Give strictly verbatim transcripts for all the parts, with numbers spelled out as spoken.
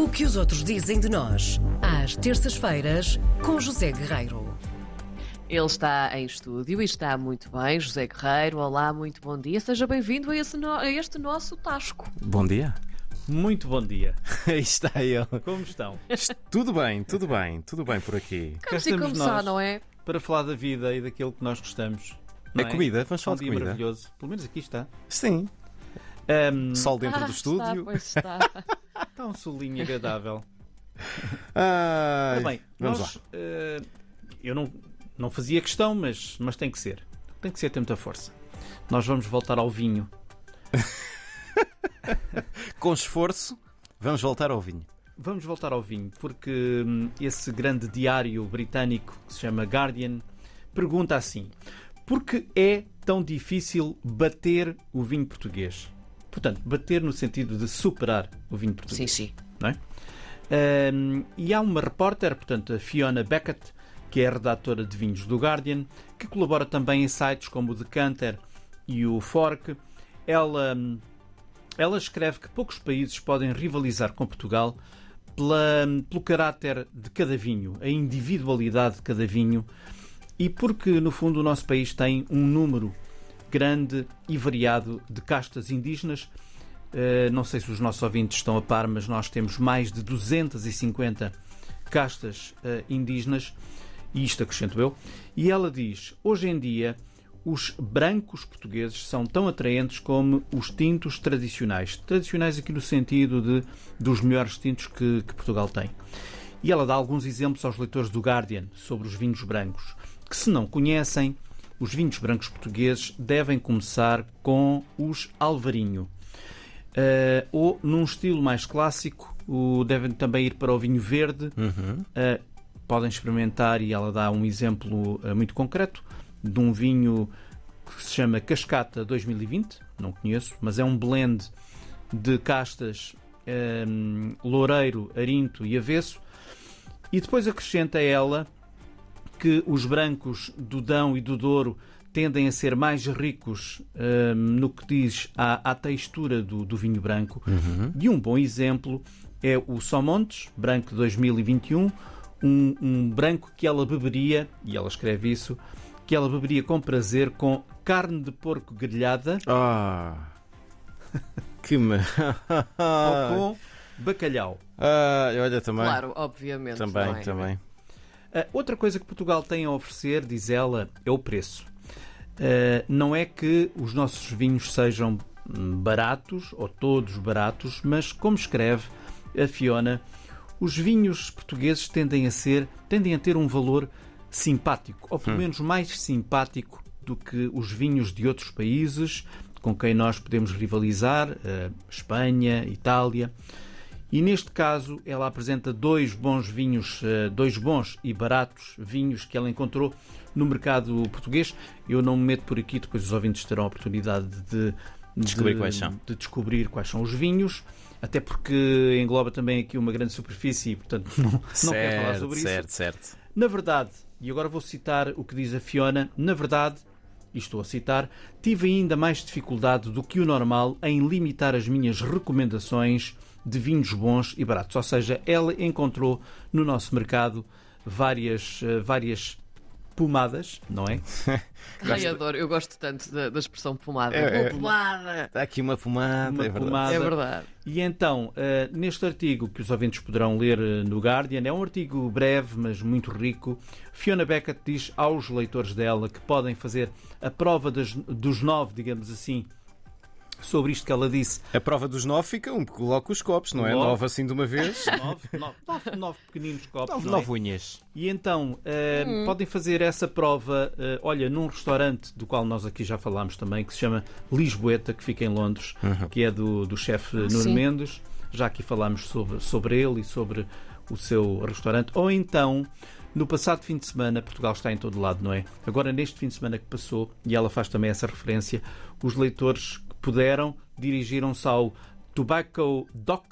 O que os outros dizem de nós, às terças-feiras, com José Guerreiro. Ele está em estúdio e está muito bem. José Guerreiro, olá, muito bom dia. Seja bem-vindo a, esse no- a este nosso Tasco. Bom dia. Muito bom dia. Aí está ele. Como estão? Tudo bem, tudo bem, tudo bem por aqui. Vamos Cá e estamos começar, nós. não é? Para falar da vida e daquilo que nós gostamos. Não É é? comida, vamos Um falar de dia comida. maravilhoso. Pelo menos aqui está. Sim. Ahm, Sol dentro Ah, do está, estúdio. pois está. Está um solinho agradável. Ai, Ora bem, vamos nós, lá. eh, eu não, não fazia questão, mas, mas tem que ser. Tem que ser, tem muita força. Nós vamos voltar ao vinho. Com esforço, vamos voltar ao vinho. Vamos voltar ao vinho, porque hum, esse grande diário britânico que se chama Guardian pergunta assim: por que é tão difícil bater o vinho português? Portanto, bater no sentido de superar o vinho Sim, português. sim. Não é? Hum, e há uma repórter, portanto, a Fiona Beckett, que é a redatora de vinhos do Guardian, que colabora também em sites como o Decanter e o Fork. Ela, hum, ela escreve que poucos países podem rivalizar com Portugal pela, pelo caráter de cada vinho, a individualidade de cada vinho, e porque, no fundo, o nosso país tem um número grande e variado de castas indígenas. Uh, não sei se os nossos ouvintes estão a par, mas nós temos mais de duzentas e cinquenta castas uh, indígenas, e isto acrescento eu. E ela diz: hoje em dia, os brancos portugueses são tão atraentes como os tintos tradicionais. Tradicionais aqui no sentido de, dos melhores tintos que, que Portugal tem. E ela dá alguns exemplos aos leitores do Guardian sobre os vinhos brancos, que, se não conhecem, os vinhos brancos portugueses devem começar com os Alvarinho. Uh, ou, num estilo mais clássico, o, devem também ir para o vinho verde. Uhum. Uh, podem experimentar, e ela dá um exemplo uh, muito concreto de um vinho que se chama Cascata dois mil e vinte, não conheço, mas é um blend de castas um, loureiro, arinto e avesso. E depois acrescenta ela que os brancos do Dão e do Douro tendem a ser mais ricos um, no que diz à, à textura do, do vinho branco. Uhum. E um bom exemplo é o Somontes, branco dois mil e vinte e um, um, um branco que ela beberia, e ela escreve isso, que ela beberia com prazer com carne de porco grelhada Ah, que me... ou com bacalhau. Ah, olha também. Claro, obviamente. Também, não é? também. Uh, outra coisa que Portugal tem a oferecer, diz ela, é o preço. Uh, não é que os nossos vinhos sejam baratos, ou todos baratos, mas, como escreve a Fiona, os vinhos portugueses tendem a ser, tendem a ter um valor simpático, ou pelo Hum. menos mais simpático do que os vinhos de outros países com quem nós podemos rivalizar, uh, Espanha, Itália. E neste caso ela apresenta dois bons vinhos, uh, dois bons e baratos vinhos que ela encontrou no mercado português. Eu não me meto por aqui, depois os ouvintes terão a oportunidade de, Descobrir de, quais são. de descobrir quais são os vinhos, até porque engloba também aqui uma grande superfície e, portanto, não, não quero falar sobre certo, isso. certo, certo. Na verdade, e agora vou citar o que diz a Fiona, na verdade, e estou a citar, tive ainda mais dificuldade do que o normal em limitar as minhas recomendações de vinhos bons e baratos. Ou seja, ela encontrou no nosso mercado várias, eh, várias pomadas, não é? Ai, adoro, eu gosto tanto da, da expressão pomada. É, é. Boa pomada! Está aqui uma pomada, Uma é verdade. pomada. É verdade. E então, eh, neste artigo que os ouvintes poderão ler eh, no Guardian, é um artigo breve, mas muito rico. Fiona Beckett diz aos leitores dela que podem fazer a prova das- dos nove, digamos assim, sobre isto que ela disse. A prova dos nove fica um, coloca os copos, não é? Logo. Nove assim de uma vez. Nove, nove, nove, nove pequeninos copos. Nove, não é? nove unhas. E então, eh, podem fazer essa prova, eh, olha, num restaurante do qual nós aqui já falámos também, que se chama Lisboeta, que fica em Londres, Uhum. que é do, do chefe Nuno sim. Mendes. Já aqui falámos sobre, sobre ele e sobre o seu restaurante. Ou então, no passado fim de semana, Portugal está em todo lado, não é? Agora, neste fim de semana que passou, e ela faz também essa referência, os leitores que puderam dirigiram-se ao Tobacco Dock,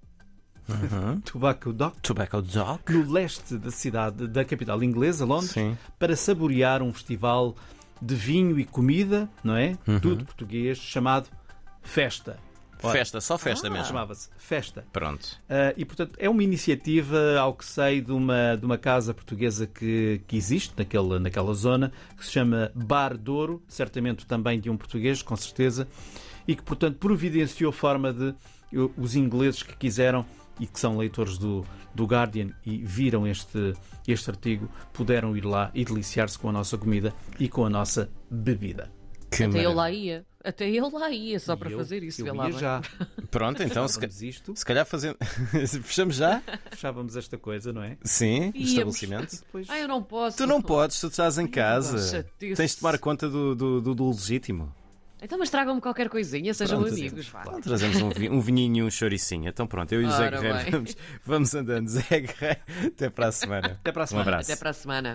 Uhum. Tobacco Dock, Tobacco Dock. no leste da cidade, da capital inglesa, Londres, Sim. para saborear um festival de vinho e comida, não é? Uhum. Tudo português, chamado Festa. Ora, Festa, só festa Ah. mesmo. chamava-se Festa. Pronto. Uh, e, portanto, é uma iniciativa, ao que sei, de uma, de uma casa portuguesa que, que existe naquele, naquela zona, que se chama Bar Douro, certamente também de um português, com certeza, e que, portanto, providenciou forma de eu, os ingleses que quiseram e que são leitores do, do Guardian e viram este, este artigo, puderam ir lá e deliciar-se com a nossa comida e com a nossa bebida. Que Até eu maravilha. lá ia. Até eu lá ia só E para eu- fazer isso. eu Vê ia lá bem. já. Pronto, então se, ca- Fechávamos isto, se calhar fazemos. Fechamos já? fechávamos esta coisa, não é? Sim, o Íamos. estabelecimento. Depois... Ah, eu não posso. Tu não podes, tu estás em Ai, casa. chatice. Tens de tomar conta do, do, do, do legítimo. Então, mas tragam-me qualquer coisinha, sejam Pronto, amigos. Vá. Então trazemos um, vi- um vinhinho e um chouricinho. Então pronto, eu e o José Ora Guerreiro bem. vamos, vamos andando. Zé Guerreiro, até para a semana. Até para a Um semana. abraço. Até para a semana.